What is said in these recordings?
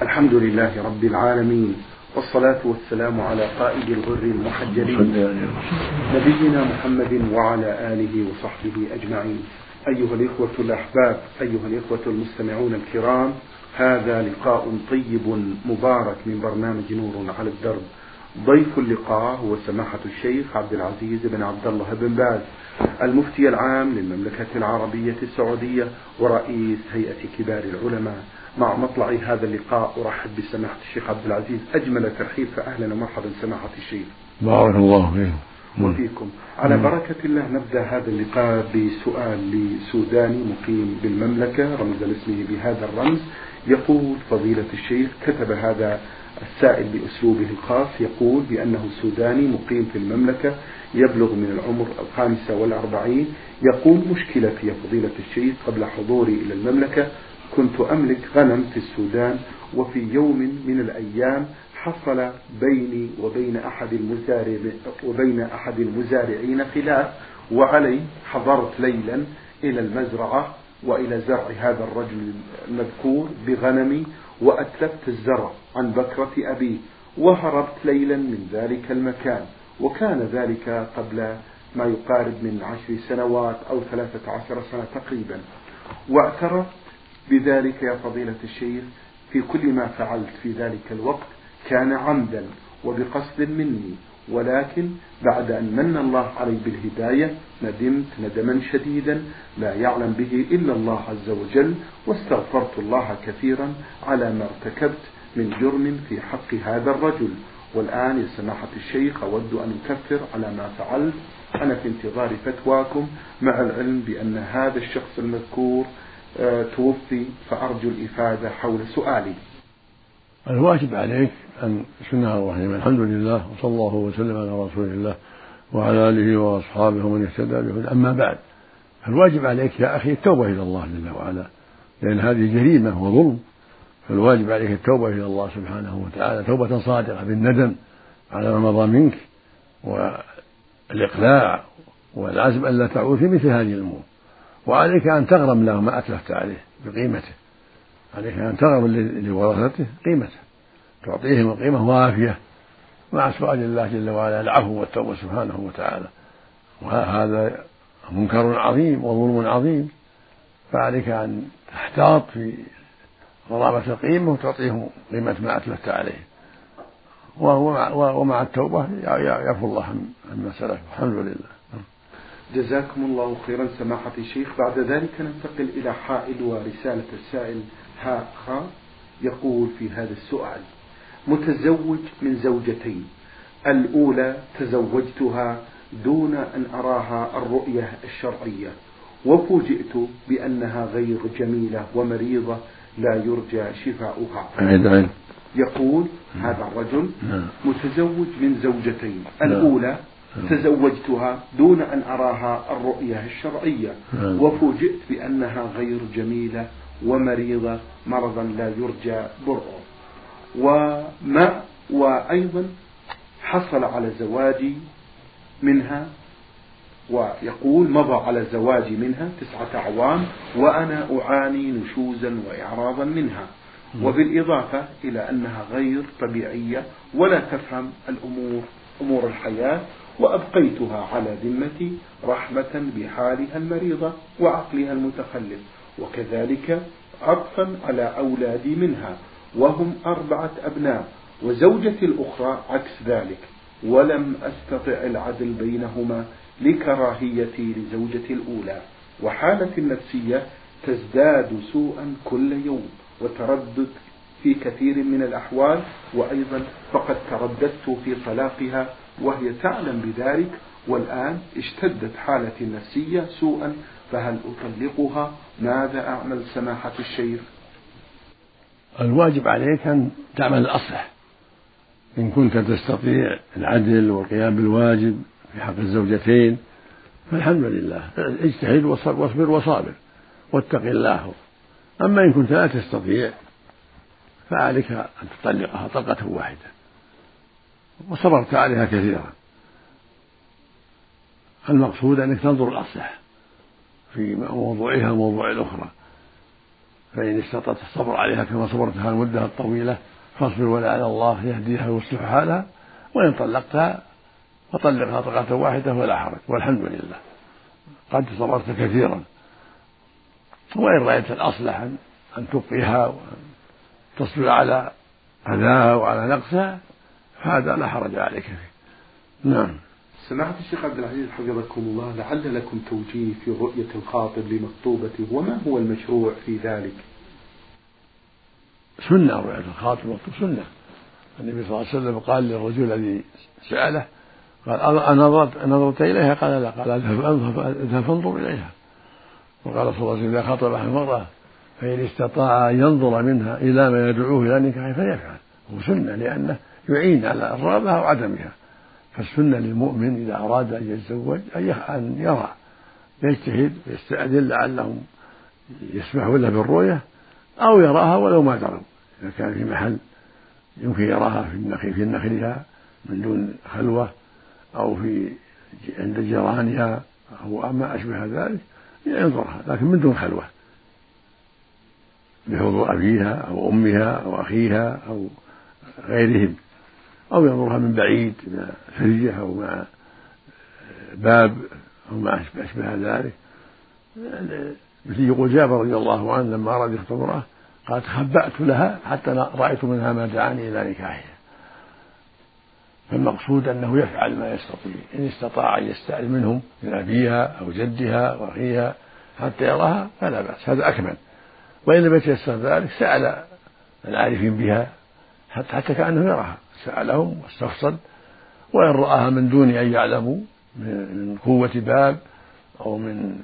الحمد لله رب العالمين، والصلاة والسلام على قائد الغر المحجلين نبينا محمد وعلى آله وصحبه أجمعين. أيها الإخوة الأحباب، أيها الإخوة المستمعون الكرام، هذا لقاء طيب مبارك من برنامج نور على الدرب. ضيف اللقاء هو سماحة الشيخ عبد العزيز بن عبد الله بن باز، المفتي العام للمملكة العربية السعودية ورئيس هيئة كبار العلماء. مع مطلع هذا اللقاء أرحب بسماحة الشيخ عبد العزيز أجمل ترحيب، فأهلا ومرحبا سماحة الشيخ. بارك الله فيكم وفيكم. على بركة الله نبدأ هذا اللقاء بسؤال لسوداني مقيم بالمملكة رمز لاسمه بهذا الرمز. يقول فضيلة الشيخ، كتب هذا السائل بأسلوبه الخاص، يقول بأنه سوداني مقيم في المملكة يبلغ من العمر 45. يقول مشكلتي يا فضيلة الشيخ، قبل حضوري إلى المملكة كنت أملك غنم في السودان، وفي يوم من الأيام حصل بيني وبين أحد المزارعين خلاف، وعلي حضرت ليلا إلى المزرعة وإلى زرع هذا الرجل المذكور بغنمي، وأتلفت الزرع عن بكرة أبيه وهربت ليلا من ذلك المكان، وكان ذلك قبل ما يقارب من 10 سنوات أو 13 سنة تقريبا. واعترفت بذلك يا فضيلة الشيخ، في كل ما فعلت في ذلك الوقت كان عمدا وبقصد مني، ولكن بعد أن من الله علي بالهداية ندمت ندما شديدا لا يعلم به إلا الله عز وجل، واستغفرت الله كثيرا على ما ارتكبت من جرم في حق هذا الرجل. والآن يا سماحة الشيخ أود أن أكفر على ما فعلت. أنا في انتظار فتواكم، مع العلم بأن هذا الشخص المذكور توفي، فأرجو الإفادة حول سؤالي. الواجب عليك أن بسم الله الرحمن الرحيم الحمد لله وصلى الله وسلم على رسول الله وعلى آله وأصحابه ومن اهتدى بهداه. أما بعد، الواجب عليك يا أخي التوبة إلى الله جل وعلا، لأن هذه جريمة وظلم، فالواجب عليك التوبة إلى الله سبحانه وتعالى توبة صادقة بالندم على ما مضى منك والإقلاع والعزم ألا تعود في مثل هذه الأمور. وعليك أن تغرم له ما أتلفت عليه بقيمته، عليك أن تغرم لورثته قيمته، تعطيهم القيمة وافية مع سؤال الله جل وعلا العفو والتوبة سبحانه وتعالى. وهذا منكر عظيم وظلم عظيم، فعليك أن تحتاط في غرامة القيمة وتعطيهم قيمة ما أتلفت عليه، ومع التوبة يعفو الله عما سلف. الحمد لله. جزاكم الله خيرا سماحة الشيخ. بعد ذلك ننتقل إلى حائل ورسالة السائل هاء. يقول في هذا السؤال: متزوج من زوجتين، الأولى تزوجتها دون أن أراها الرؤية الشرعية، وفوجئت بأنها غير جميلة ومريضة لا يرجى شفاؤها. يقول هذا الرجل متزوج من زوجتين، الأولى تزوجتها دون أن أراها الرؤية الشرعية، وفوجئت بأنها غير جميلة ومريضة مرضا لا يرجى برؤه، وأيضا حصل على زواجي منها، ويقول مضى على زواجي منها 9 أعوام وأنا أعاني نشوزا وإعراضا منها، وبالإضافة إلى أنها غير طبيعية ولا تفهم أمور الحياة، وأبقيتها على ذمتي رحمة بحالها المريضة وعقلها المتخلف، وكذلك عطفا على أولادي منها، وهم 4 أبناء، وزوجتي الأخرى عكس ذلك، ولم أستطع العدل بينهما لكراهيتي لزوجتي الأولى، وحالتي النفسية تزداد سوءا كل يوم، وتردد في كثير من الأحوال، وأيضا فقد ترددت في طلاقها وهي تعلم بذلك، والآن اشتدت حالتي النفسية سوءا، فهل أطلقها؟ ماذا أعمل سماحة الشيخ؟ الواجب عليك أن تعمل الأصلح، إن كنت تستطيع العدل والقيام بالواجب في حق الزوجتين فالحمد لله، اجتهد واصبر وصابر واتق الله. أما إن كنت لا تستطيع فعليك أن تطلقها طلقة واحدة، وصبرت عليها كثيرا. المقصود أنك تنظر الأصلح في موضوعها وموضوع الأخرى. فإن استطعت الصبر عليها كما صبرتها المدة الطويلة فاصبر ولعل الله يهديها ويصلح حالها، وإن طلقتها فطلقها طلقة واحدة ولا حرج والحمد لله قد صبرت كثيرا. وإن رأيت الأصلح أن تبقيها وأن تصبر على أذاها وعلى نقصها هذا لا حرج عليك فيه. نعم. سماحة الشيخ عبد العزيز حفظكم الله، لعل لكم توجيه في رؤية الخاطب لمخطوبته، وما هو المشروع في ذلك؟ سنة رؤية الخاطب مكتوب سنة. النبي صلى الله عليه وسلم قال للرجل الذي سأله قال أنظرت إليها؟ قال لا. قال اذهب فانظر إليها. وقال صلى الله عليه وسلم إذا خطب أحد المرأة فإن استطاع أن ينظر منها إلى ما يدعوه إلى نكاح فليفعل. هو سنة لأنه يعين على الرغبة أو عدمها. فالسنة للمؤمن إذا أراد أن يتزوج أن يرى، يجتهد ويستأذن لعلهم يسمحوا له بالرؤية أو يراها ولو ما دروا، إذا كان في محل يمكن يراها في نخلها من دون خلوة أو عند جيرانها أو ما أشبه ذلك ينظرها، لكن من دون خلوة بحضور أبيها أو أمها أو أخيها أو غيرهم، أو ينظرها من بعيد مع فرية أو مع باب أو ما أشبه ذلك. مثل يقول جابر رضي الله عنه لما أراد يخطب امرأة قال تخبأت لها حتى رأيت منها ما دعاني إلى نكاحها. فالمقصود أنه يفعل ما يستطيع، إن استطاع أن يستأذن منهم من أبيها أو جدها وأخيها حتى يراها فلا بأس، هذا أكمل. وإن لم يتيسر ذلك سأل العارفين بها حتى كأنه يراها، سألهم واستفصل، وإن رآها من دون أن يعلموا من قوة باب أو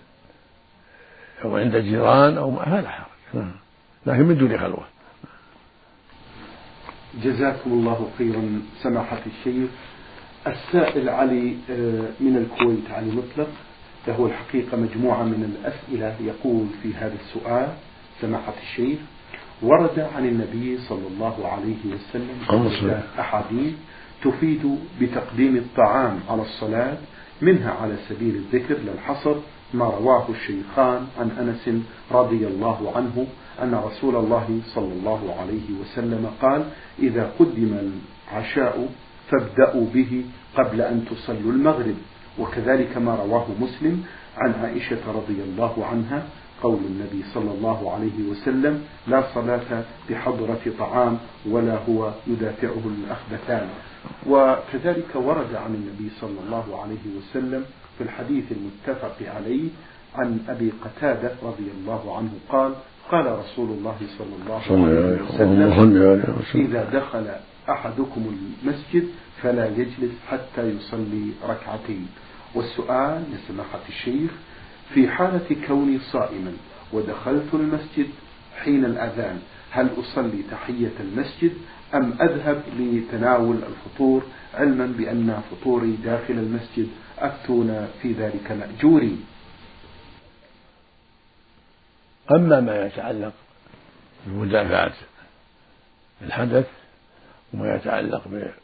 عند جيران أو فلا حرج، لكن من دون خلوة. جزاكم الله خيرا سماحة الشيخ. السائل علي من الكويت، علي مطلق، له الحقيقة مجموعة من الأسئلة. يقول في هذا السؤال: سماحة الشيخ، ورد عن النبي صلى الله عليه وسلم أحاديث تفيد بتقديم الطعام على الصلاة، منها على سبيل الذكر للحصر ما رواه الشيخان عن أنس رضي الله عنه أن رسول الله صلى الله عليه وسلم قال: إذا قدم العشاء فابدأوا به قبل أن تصلوا المغرب. وكذلك ما رواه مسلم عن عائشة رضي الله عنها قول النبي صلى الله عليه وسلم: لا صلاة بحضرة طعام ولا هو يدافعه الأخبثان. وكذلك ورد عن النبي صلى الله عليه وسلم في الحديث المتفق عليه عن أبي قتادة رضي الله عنه قال: قال رسول الله صلى الله عليه وسلم: إذا دخل أحدكم المسجد فلا يجلس حتى يصلي ركعتين. والسؤال لسماحة الشيخ: في حالة كوني صائما ودخلت المسجد حين الأذان، هل أصلي تحية المسجد أم أذهب لتناول الفطور، علما بأن فطوري داخل المسجد؟ أفتونا في ذلك مأجورين. أما ما يتعلق بمدافعة الحدث وما يتعلق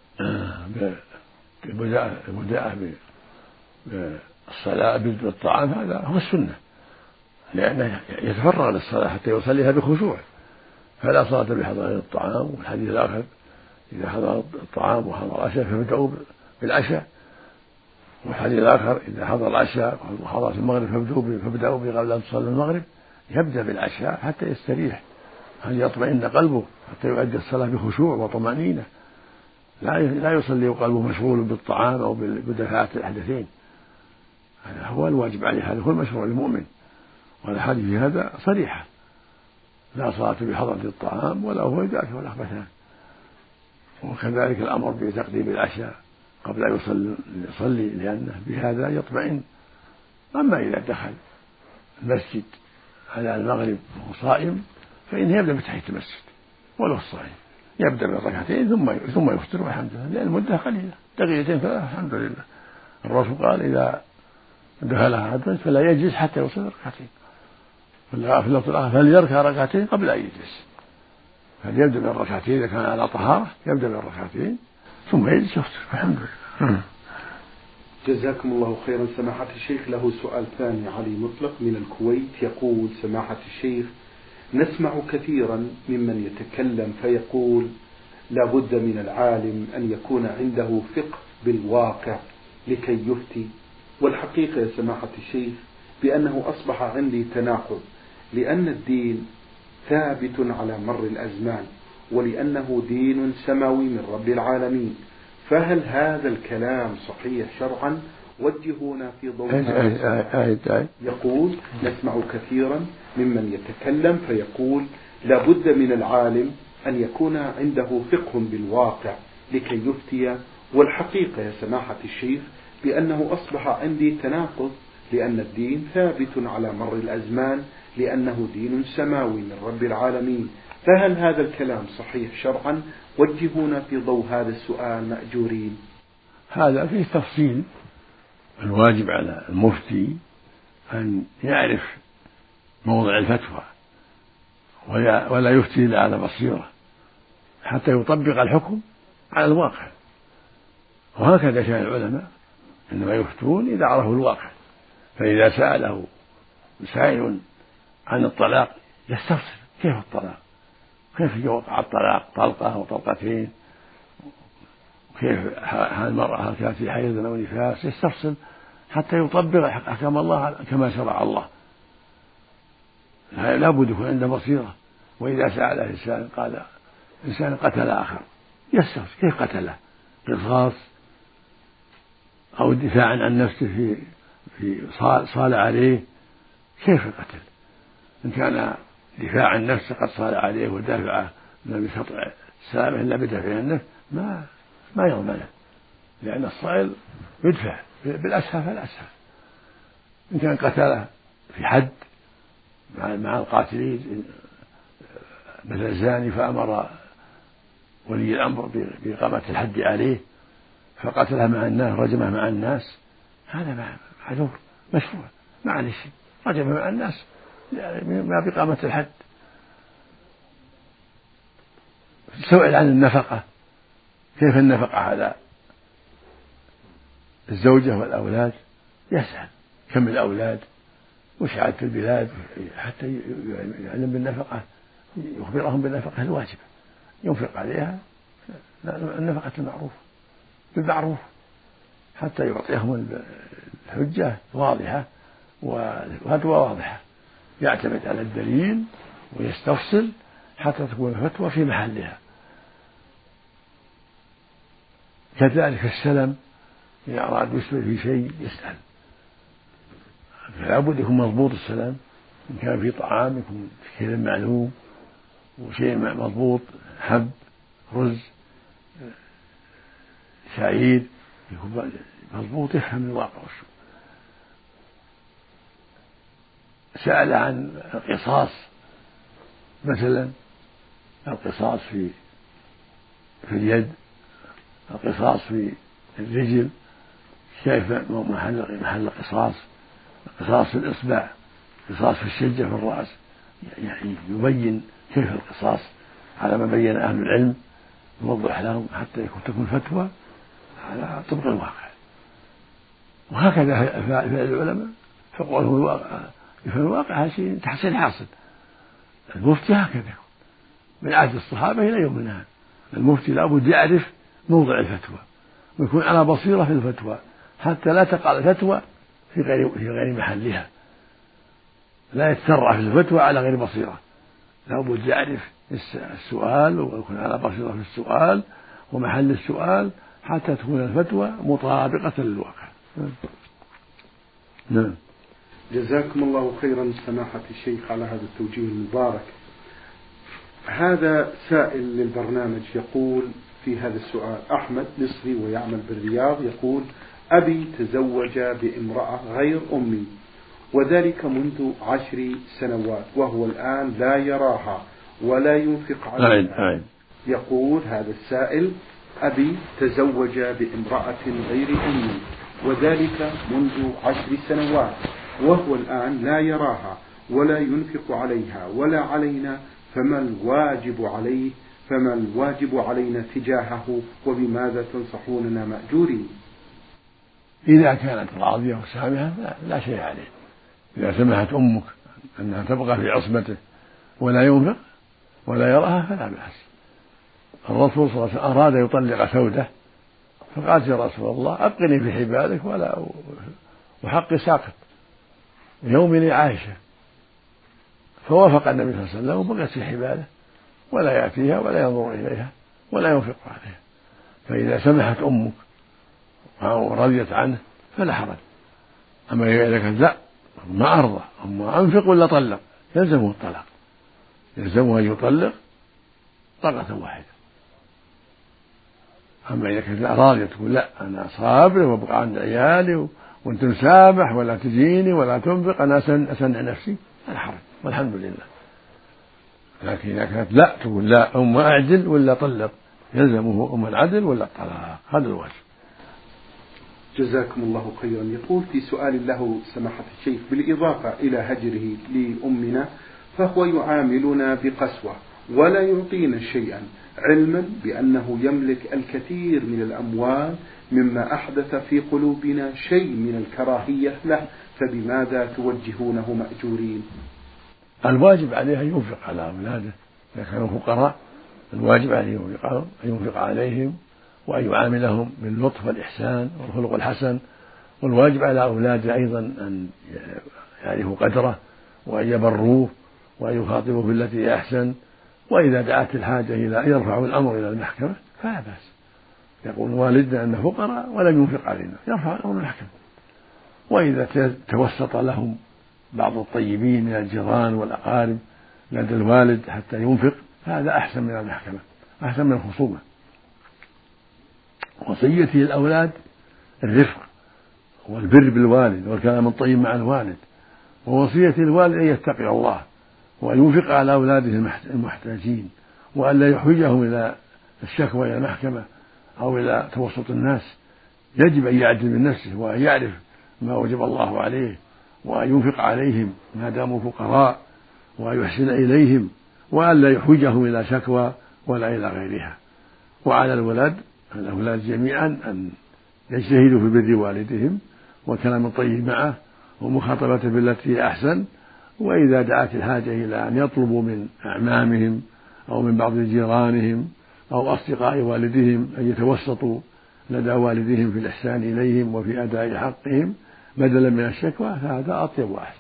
بالبداءة بالصلاة بالطعام هذا هو السنة، لأنه يتفرغ للصلاة حتى يصليها بخشوع، فلا صلاة بحضر الطعام. والحديث الآخر: إذا حضر الطعام وحضر العشاء فابدأوا بالعشاء. والحديث الآخر: إذا حضر العشاء وحضر المغرب فابدأوا قبل أن تصلوا المغرب. يبدأ بالعشاء حتى يستريح، أن يطمئن قلبه حتى يؤدي الصلاة بخشوع وطمأنينة، لا يصلي وقلبه مشغول بالطعام أو بدفعات الأحدثين. هذا هو الواجب عليه، هذا هو المشروع للمؤمن. والحديث في هذا صريحة: لا صلاة بحضرة الطعام ولا هو يدافع الأخبثان. وكذلك الأمر بتقديم العشاء قبل أن يصلي لأنه بهذا يطمئن. أما إذا دخل المسجد على المغرب وهو صائم فإنه يبدأ بتحية المسجد ولو الصائم، يبدأ بالركعتين ثم يفطر والحمد لله، لأن المدة قليلة، دقيقتين ثلاثة الحمد لله. الرسول قال: إذا دخلها أحد فلا يجلس حتى يصلي ركعتين، في اللفظ الآخر: فليركع ركعتين قبل أن يجلس. فليبدأ بالركعتين إذا كان على طهارة، يبدأ بالركعتين ثم يجلس يفطر الحمد لله. جزاكم الله خيرا سماحة الشيخ. له سؤال ثاني علي مطلق من الكويت، يقول: سماحة الشيخ، نسمع كثيرا ممن يتكلم فيقول لا بد من العالم أن يكون عنده فقه بالواقع لكي يفتي. والحقيقة يا سماحة الشيخ بأنه أصبح عندي تناقض، لأن الدين ثابت على مر الأزمان، ولأنه دين سماوي من رب العالمين. فهل هذا الكلام صحيح شرعا؟ وجهونا في ضوء هذا. يقول نسمع كثيرا ممن يتكلم فيقول لا بد من العالم أن يكون عنده فقه بالواقع لكي يفتي. والحقيقة يا سماحة الشيخ بأنه أصبح عندي تناقض، لأن الدين ثابت على مر الأزمان، لأنه دين سماوي من رب العالمين. فهل هذا الكلام صحيح شرعا؟ وجهونا في ضوء هذا السؤال مأجورين. هذا فيه تفصيل. الواجب على المفتي أن يعرف موضع الفتوى ولا يفتي إلا على بصيرة حتى يطبق الحكم على الواقع. وهكذا كان العلماء إنما يفتون إذا عرفوا الواقع. فإذا سأله سائل عن الطلاق يستفسر كيف الطلاق، كيف يوقع الطلاق طلقة أو طلقتين، وكيف هل المرأة كانت في حيض أو نفاس، يستفصل حتى يطبق أحكام الله كما شرع الله. لا بد يكون عنده بصيرة. وإذا سأل إنسان قال إنسان قتل آخر يستفسر كيف قتله، قصاص أو دفاعا عن نفسه في صال عليه، كيف القتل؟ إن كان دفاع عن نفسه قد صال عليه ودافعه لم يستطع السلامة إلا بدفع النفس ما يضمنه، لأن الصائل يدفع بالأسهل فالأسهل. إن كان قتله في حد مع القاتلين مثل الزاني فأمر ولي الأمر بإقامة الحد عليه فقتله مع الناس رجمه مع الناس، هذا معذور مشروع معلش، رجمه مع الناس ما بإقامة الحد. سئل عن النفقة، كيف النفقة على الزوجة والأولاد، يسأل كم الأولاد وش عاد في البلاد حتى يعلم بالنفقة، يخبرهم بالنفقة الواجبة ينفق عليها النفقة المعروف بالمعروف حتى يعطيهم الحجة واضحة والفتوى واضحة، يعتمد على الدليل ويستفصل حتى تكون الفتوى في محلها. كذلك السلم إذا أراد يسلم في شيء يسأل، فلا بد يكون مضبوط السلام. إن كان في طعام يكون في كيل معلوم وشيء مضبوط، حب رز شعير يكون مضبوط، يفهم الواقع والسوء. سأل عن القصاص مثلا، القصاص في اليد، القصاص في الرجل، كيف محل القصاص، القصاص في الإصبع، القصاص في الشجة في الرأس، يعني يبين كيف القصاص على ما بين أهل العلم، يوضح لهم حتى تكون فتوى على طبق الواقع. وهكذا فعل العلماء، فقولهم الواقع يفهم الواقع هذا شيء تحصيل حاصل. المفتي هكذا من عهد الصحابة إلى يومنا هذا، المفتي لابد يعرف موضع الفتوى ويكون على بصيرة في الفتوى حتى لا تقع الفتوى في غير محلها، لا يتسرع في الفتوى على غير بصيرة. لابد يعرف السؤال ويكون على بصيرة في السؤال ومحل السؤال حتى تكون الفتوى مطابقة للواقع. نعم. جزاكم الله خيرا سماحة الشيخ على هذا التوجيه المبارك. هذا سائل للبرنامج يقول في هذا السؤال: أحمد مصري ويعمل بالرياض، يقول: أبي تزوج بامرأة غير أمي وذلك منذ 10 سنوات وهو الآن لا يراها ولا ينفق عليها. يقول هذا السائل: أبي تزوج بامرأة غير أمي وذلك منذ 10 سنوات وهو الآن لا يراها ولا ينفق عليها ولا علينا، فما الواجب علينا تجاهه وبماذا تنصحوننا مأجورين؟ إذا كانت راضية وسامحة لا شيء عليه. إذا سمحت أمك أنها تبقى في عصمته ولا ينفق ولا يراها فلا بأس. الرسول صلى الله عليه وسلم أراد يطلق سودة فقالت يا رسول الله أبقني في حبالك ولا وحقي ساقط يومي عائشة، فوافق النبي صلى الله عليه وسلم وبقيت في حباله ولا يأتيها ولا ينظر إليها ولا ينفق عليها. فإذا سمحت أمك ورضيت عنه فلا حرج. أما إذا كانت لا ما أرضى أما أنفق ولا طلق يلزمه الطلاق، يلزمه أن يطلق طلقة واحدة. أما إذا كانت لا راضية تقول لا أنا صابر وأبقى عند عيالي وأنت مسامح ولا تجيني ولا تنفق أنا أسنع نفسي فلا حرج والحمد لله. لكن إذا كانت لا تقول لا أما أعدل ولا طلق يلزمه أما العدل ولا الطلاق، هذا الواجب. جزاكم الله خيرا. يقول في سؤال له سماحة الشيخ بالإضافة إلى هجره لأمنا فهو يعاملنا بقسوة ولا يعطينا شيئا علما بأنه يملك الكثير من الأموال مما أحدث في قلوبنا شيء من الكراهية له، فبماذا توجهونه مأجورين؟ الواجب عليه أن ينفق على أولاده إذا كانوا فقراء، الواجب عليه أن ينفق عليهم وأن يعاملهم باللطف والإحسان والخلق الحسن، والواجب على أولاده أيضا أن يعرفوا قدره وأن يبروه وأن يخاطبوا بالتي أحسن، وإذا دعت الحاجة إلى أن يرفعوا الأمر إلى المحكمة فلا بأس. يقول والدنا أن فقراء ولم ينفق علينا يرفع الأمر المحكمة. وإذا توسط لهم بعض الطيبين من الجيران والأقارب لدى الوالد حتى ينفق هذا أحسن من المحكمة، أحسن من الخصومة. وصيته للأولاد الرفق والبر بالوالد والكلام الطيب مع الوالد، ووصية الوالد أن يتقي الله وأن ينفق على أولاده المحتاجين وأن لا يحوجهم إلى الشكوى إلى المحكمة أو إلى توسط الناس. يجب أن يعدل من نفسه وأن يعرف ما وجب الله عليه وأن ينفق عليهم ما داموا فقراء وأن يحسن إليهم وأن لا يحوجهم إلى شكوى ولا إلى غيرها. وعلى الأولاد جميعا أن يجتهدوا في بر والدهم وكلام الطيب معه ومخاطبته بالتي أحسن، وإذا دعت الحاجة إلى أن يطلبوا من أعمامهم أو من بعض جيرانهم أو أصدقاء والدهم أن يتوسطوا لدى والدهم في الإحسان إليهم وفي أداء حقهم بدلا من الشكوى فهذا أطيب وأحسن.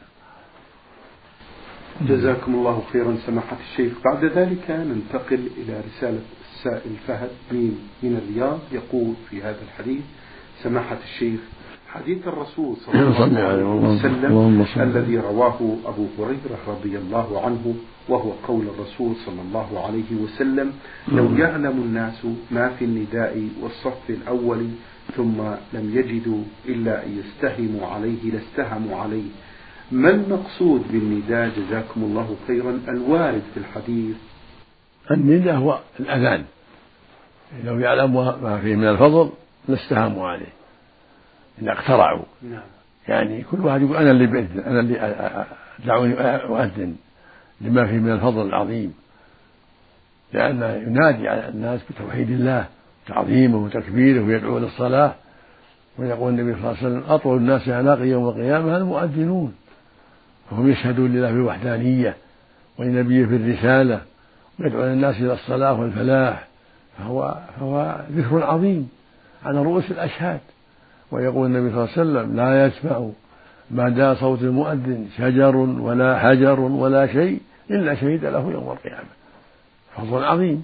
جزاكم الله خيرا سماحة الشيخ. بعد ذلك ننتقل إلى رسالة السائل فهد من الرياض. يقول في هذا الحديث سماحة الشيخ حديث الرسول صلى الله عليه وسلم الذي رواه أبو هريرة رضي الله عنه وهو قول الرسول صلى الله عليه وسلم لو يعلم الناس ما في النداء والصف الأول ثم لم يجدوا إلا أن يستهموا عليه لاستهموا عليه. ما المقصود بالنداء جزاكم الله خيرا الوارد في الحديث؟ النداء هو الأذان، لو يعلموا ما فيه من الفضل لاستهموا عليه إن اقترعوا. يعني كل واحد يقول أنا اللي بأذن، أنا اللي دعوني أؤذن لما فيه من الفضل العظيم، لأنه ينادي على الناس بتوحيد الله تعظيمه وتكبيره ويدعو للصلاة. ويقول النبي صلى الله عليه وسلم أطول الناس عناقا يوم القيامة المؤذنون، فهم يشهدون لله بالوحدانية ولنبيه في الرسالة ويدعون الناس إلى الصلاة والفلاح، فهو ذكر عظيم على رؤوس الأشهاد. ويقول النبي صلى الله عليه وسلم لا يسمع بعد صوت المؤذن شجر ولا حجر ولا شيء إلا شهد له يوم القيامة، فضل عظيم.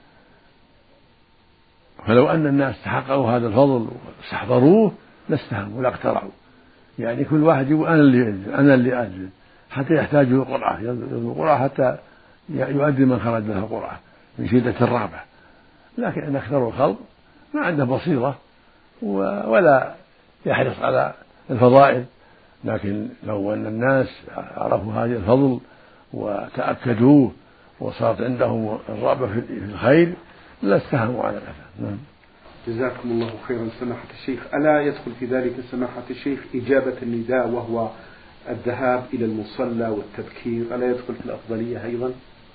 فلو أن الناس تحققوا هذا الفضل واستحضروه لاستهموا لاقترعوا. يعني كل واحد يقول أنا اللي أذن حتى يحتاج إلى قرعة، القرعة حتى يؤذن من خرج له قرعة من شدة الرغبة. لكن أن أكثر الخلق ما عنده بصيرة ولا يحرص على الفضائل، لكن لو أن الناس عرفوا هذا الفضل وتأكدوه وصارت عندهم الرغبة في الخير لاستهموا على الأذى. جزاكم الله خيرا سماحة الشيخ. ألا يدخل في ذلك سماحة الشيخ إجابة النداء وهو الذهاب إلى المصلى والتبكير؟ ألا يدخل في الأفضلية أيضا؟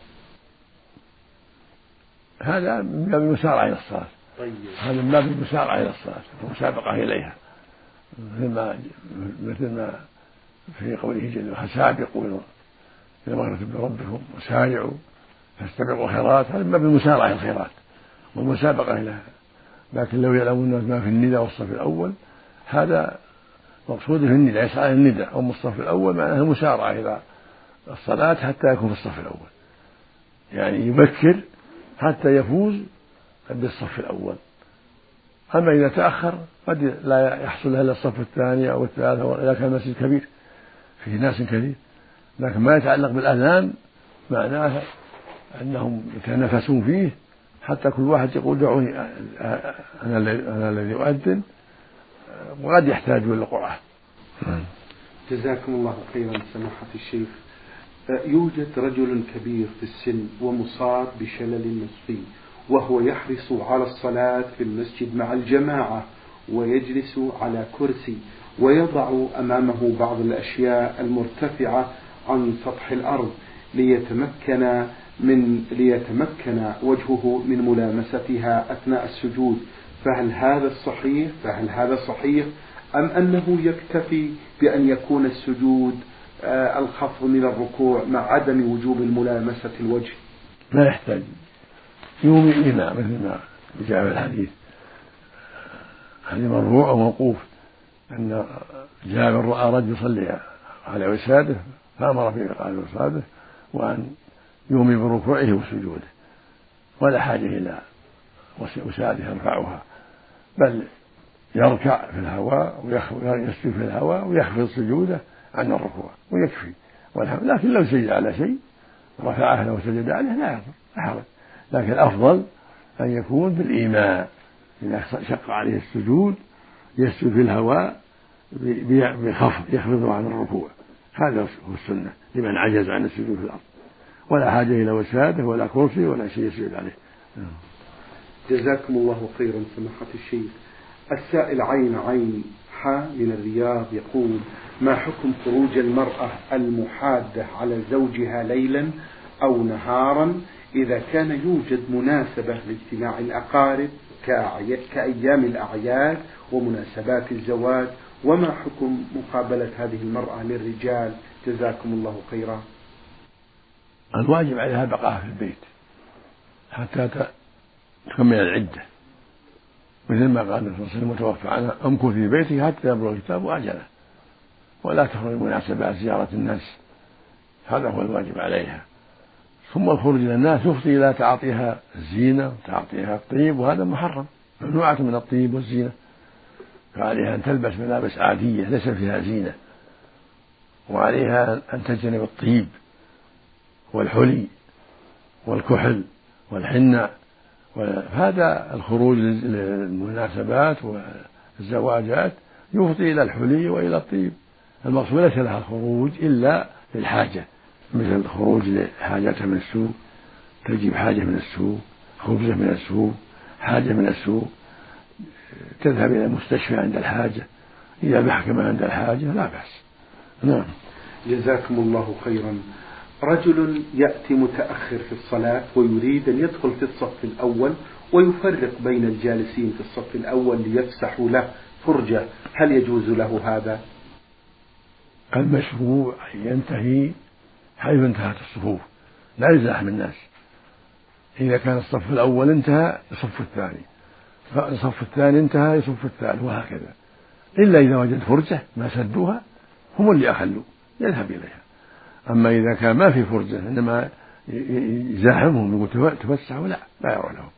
هذا من باب المسارعة إلى الصلاة. طيب. هذا من باب المسارعة إلى الصلاة والمسابقة إليها، مثل ما في قوله جل وعلا سابقوا إلى مغفرة بربكم وسارعوا فاستبقوا الخيرات، هذا ما بالمسارعة الخيرات والمسابقة إليها. لكن لو يعلمون ما في النداء والصف الأول، هذا مقصود في النداء يسعى النداء، أو الصف الأول معناه المسارعة إلى الصلاة حتى يكون في الصف الأول، يعني يبكر حتى يفوز بالصف الأول. أما إذا تأخر قد لا يحصل له إلا الصف الثاني أو الثالث، إذا كان المسجد كبير فيه ناس كثير. لكن ما يتعلق بالأذان معناه أنهم يتنافسون فيه حتى كل واحد يقول دعوني أنا الذي أؤذن، وقد يحتاج إلى القرآن. جزاكم الله خيرا سماحة الشيخ. يوجد رجل كبير في السن ومصاب بشلل نصفي، وهو يحرص على الصلاة في المسجد مع الجماعة، ويجلس على كرسي، ويضع أمامه بعض الأشياء المرتفعة عن سطح الأرض ليتمكن وجهه من ملامستها أثناء السجود. فهل هذا صحيح أم أنه يكتفي بأن يكون السجود الخفض من الركوع مع عدم وجوب الملامسة الوجه؟ لا يحتاج، يومي الإمام مثل ما جاء في الحديث، حديث مرفوع وموقوف أن جابر رأى رجل يصلي على وساده فأمر به على وساده وأن يومي بركوعه وسجوده، ولا حاجة إلى وساده يرفعها، بل يركع في الهواء ويسجد في الهواء ويخفض سجوده عن الركوع ويكفي والحمد. لكن لو سجد على شيء رفعه لو سجد عليه لا حرج، لكن الأفضل أن يكون بالإيماء، إذا شق عليه السجود يسجد في الهواء بخفض يخفضه عن الركوع، هذا هو السنة لمن عجز عن السجود في الأرض، ولا حاجة إلى وسادة ولا كرسي ولا شيء يسجد عليه. جزاكم الله خيرا سماحة الشيخ. السائل عين من الرياض يقول: ما حكم خروج المرأة المحادة على زوجها ليلا أو نهارا إذا كان يوجد مناسبة لاجتماع الأقارب كأيام الأعياد ومناسبات الزواج؟ وما حكم مقابلة هذه المرأة للرجال؟ جزاكم الله خيرا. الواجب عليها بقاء في البيت حتى تكمل العدة، مثل ما قال النبي صلى الله عليه وسلم: متوفى عنها امكث في بيته حتى يبلغ الكتاب أجله، ولا تخرج مناسبات زيارة الناس، هذا هو الواجب عليها. ثم الخروج إلى الناس يفضي إلى تعاطيها الزينة وتعاطيها الطيب، وهذا محرم، ممنوعة من الطيب والزينة، فعليها أن تلبس ملابس عادية ليس فيها زينة، وعليها أن تجتنب الطيب والحلي والكحل والحنة. هذا الخروج للمناسبات والزواجات يفضي إلى الحلي وإلى الطيب. المقصود ليس لها الخروج إلا للحاجة، مثل الخروج لحاجتها من السوق، تجيب حاجة من السوق، خبزة من السوق، حاجة من السوق، تذهب إلى المستشفى عند الحاجة، إلى المحكمة عند الحاجة، لا بأس. نعم. جزاكم الله خيرا. رجل يأتي متأخر في الصلاة ويريد أن يدخل في الصف الأول ويفرق بين الجالسين في الصف الأول ليفسحوا له فرجة، هل يجوز له هذا؟ المشروع أن ينتهي حيث انتهت الصفوف، لا يزاحم الناس. إذا كان الصف الأول انتهى يصف الثاني، فالصف الثاني انتهى يصف الثالث، وهكذا، إلا إذا وجد فرجة ما سدوها هم اللي أخلوا يذهب إليها. أما إذا كان ما في فرجة إنما يزاحمهم يقول تفسحوا، لا يروح لهم،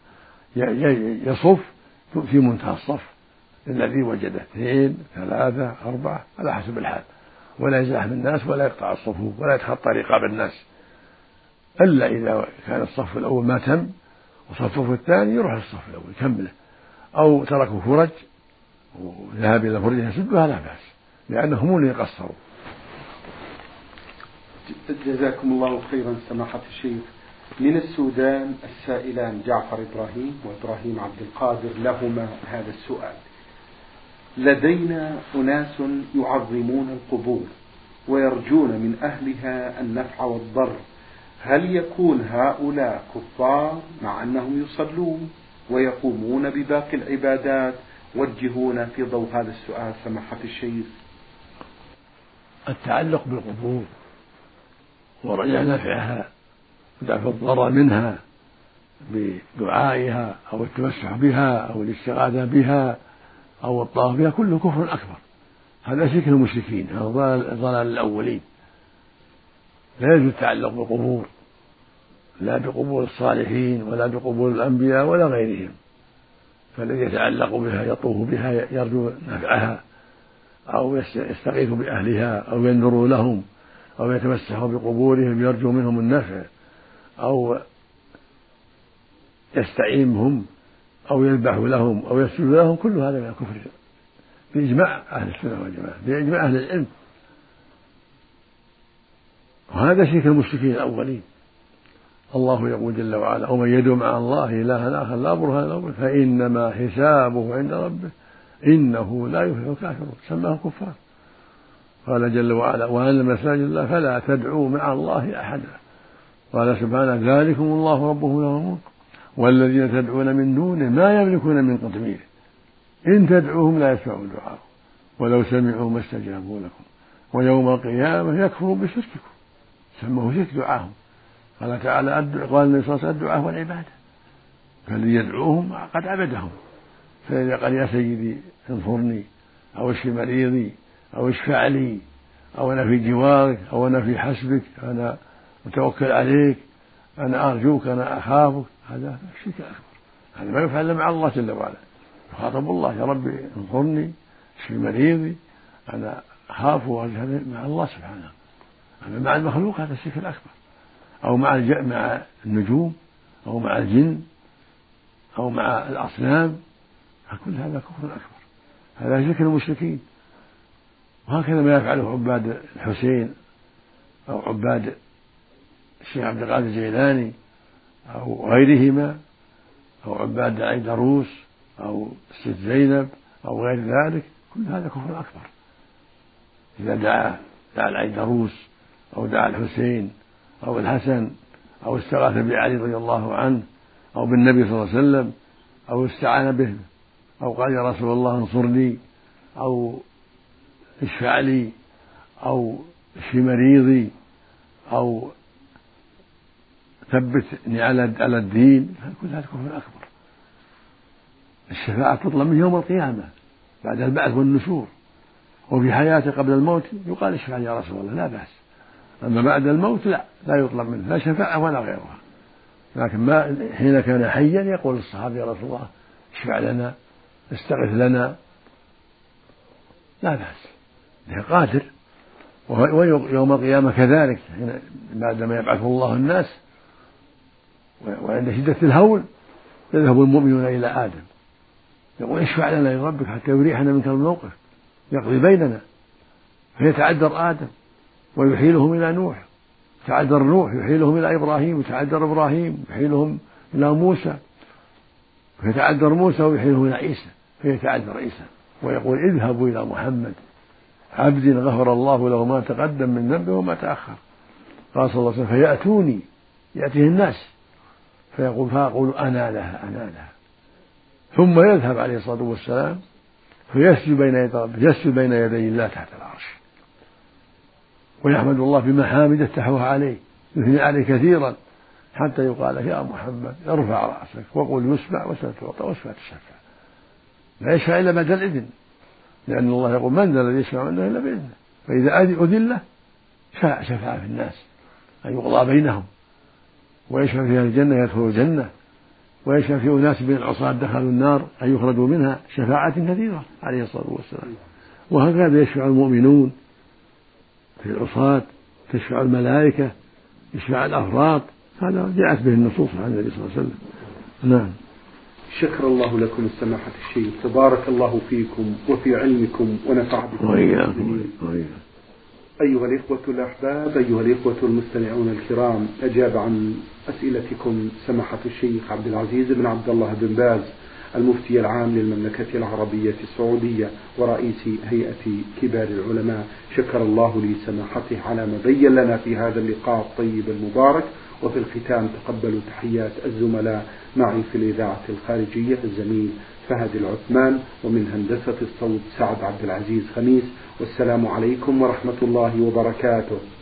يصف في منتهى الصف الذي وجده 2 3 4 على حسب الحال، ولا يزاحم الناس ولا يقطع الصفوف ولا يتخطى رقاب الناس، إلا إذا كان الصف الأول ما تم وصفه الثاني يروح للصف الأول يكمله، أو تركوا فرج وذهب إلى فرجة يسدها لا بأس، لأنهم اللي يقصروا. جزاكم الله خيرا سماحة الشيخ. من السودان السائلان جعفر إبراهيم وإبراهيم عبد القادر لهما هذا السؤال: لدينا أناس يعظمون القبور ويرجون من أهلها النفع والضر، هل يكون هؤلاء كفار مع أنهم يصلون ويقومون بباقي العبادات؟ وجهونا في ضوء هذا السؤال سماحة الشيخ. التعلق بالقبور ورجاء نفعها ودفع الضرر منها بدعائها أو التمسح بها أو الاستغاثة بها أو الطواف بها، كله كفر أكبر. هذا شرك المشركين، هذا ضلال الأولين. لا يجوز التعلق بالقبور، لا بقبور الصالحين ولا بقبور الأنبياء ولا غيرهم. فالذي يتعلق بها يطوف بها يرجو نفعها أو يستغيث بأهلها أو ينذر لهم أو يتمسح بقبورهم يرجو منهم النفع أو يستعين بهم أو يذبح لهم أو يسجد لهم، كل هذا من الكفر بإجماع أهل السنة والجماعة، بإجماع أهل العلم. وهذا شرك المشركين الأولين. الله يقول جل وعلا: ومن يدعو مع الله إلها آخر لا برهان له فإنما حسابه عند ربه إنه لا يفلح الكافرون. سماه كفار. قال جل وعلا: وأن مساجد الله فلا تدعوا مع الله أحدا. قال سبحانه: ذلكم الله ربه له الملك والذين تدعون من دونه ما يملكون من قطمير إن تدعوهم لا يسمعوا دعاءكم ولو سمعوا ما استجابوا لكم ويوم القيامة يكفروا بشرككم. سموه شرك دعاهم. قال تعالى: قال النبي صلى الله عليه وسلم: الدعاء والعبادة. فالذي يدعوهم قد عبدهم. فإذا قال: يا سيدي انصرني أو اشف مريضي أو اشفع لي أو أنا في جوارك أو أنا في حسبك أنا متوكل عليك أنا أرجوك أنا أخافك، هذا شرك أكبر. هذا ما يفعل مع الله جل وعلا. يخاطب الله: يا ربي انصرني اشف مريضي أنا أخاف وأرجو مع الله سبحانه. أما مع المخلوق هذا الشرك الأكبر، أو مع النجوم أو مع الجن أو مع الأصنام، فكل هذا كفر أكبر. هذا شرك المشركين. وهكذا ما يفعله عباد الحسين أو عباد الشيخ عبد القادر الجيلاني أو غيرهما أو عباد العيدروس أو الست زينب أو غير ذلك، كل هذا كفر أكبر. إذا دعا العيدروس أو دعا الحسين أو الحسن أو استغاث بعلي رضي الله عنه أو بالنبي صلى الله عليه وسلم أو استعان به أو قال: يا رسول الله انصرني أو اشفع لي أو اشف مريضي أو ثبتني على الدين، فكل هذا كفر أكبر. الشفاعة تطلب من يوم القيامة بعد البعث والنشور، وفي حياته قبل الموت يقال: اشفع لي يا رسول الله، لا بأس. أما بعد الموت لا يطلب منه لا شفاعة ولا غيرها. لكن ما حين كان حيا يقول الصحابة: يا رسول الله اشفع لنا استغث لنا، لا بأس، له قادر. ويوم القيامة كذلك بعدما يبعث الله الناس وعند شدة الهول يذهب المؤمنون إلى آدم يقول: اشفع لنا لربك حتى يريحنا منك الموقف يقضي بيننا. فيتعذر آدم ويحيلهم إلى نوح، يتعذر نوح يحيلهم إلى إبراهيم، يتعذر إبراهيم يحيلهم إلى موسى، فيتعذر موسى ويحيلهم إلى عيسى، فيتعذر عيسى ويقول: اذهبوا إلى محمد عبد غفر الله له ما تقدم من ذنبه وما تأخر. قال صلى الله عليه وسلم: فيأتوني، يأتيه الناس فأقول أنا لها. ثم يذهب عليه الصلاة والسلام فيسجد بين يدي الله تحت العرش ويحمد الله بمحامد افتحوها عليه، يثني عليه كثيرا حتى يقال: يا محمد ارفع رأسك وقل يسمع وستعطى واشفع تشفع. لا يشفع إلا بعد الإذن، لأن الله يقول: من ذا الذي يشفع عنده إلا بإذنه. فإذا أذن له شفع في الناس أن يقضى بينهم، ويشفع في الجنة يدخلوا الجنة، ويشفع في أناس من العصاة دخلوا النار أن يخرجوا منها، شفاعات كثيرة عليه الصلاة والسلام. وهكذا يشفع المؤمنون في العصاة، تشفع الملائكة، يشفع الأفراط، هذا جاءت به النصوص عن النبي صلى الله عليه وسلم. نعم. شكر الله لكم سماحة الشيخ، تبارك الله فيكم وفي علمكم ونفع بكم. أيها الإخوة الأحباب، أيها الإخوة المستمعون الكرام، أجاب عن أسئلتكم سماحة الشيخ عبد العزيز بن عبد الله بن باز المفتي العام للمملكة العربية السعودية ورئيس هيئة كبار العلماء. شكر الله لسماحته على ما بين لنا في هذا اللقاء الطيب المبارك. وفي الختام تقبلوا تحيات الزملاء معي في الإذاعة الخارجية الزميل فهد العثمان، ومن هندسة الصوت سعد عبد العزيز خميس. والسلام عليكم ورحمة الله وبركاته.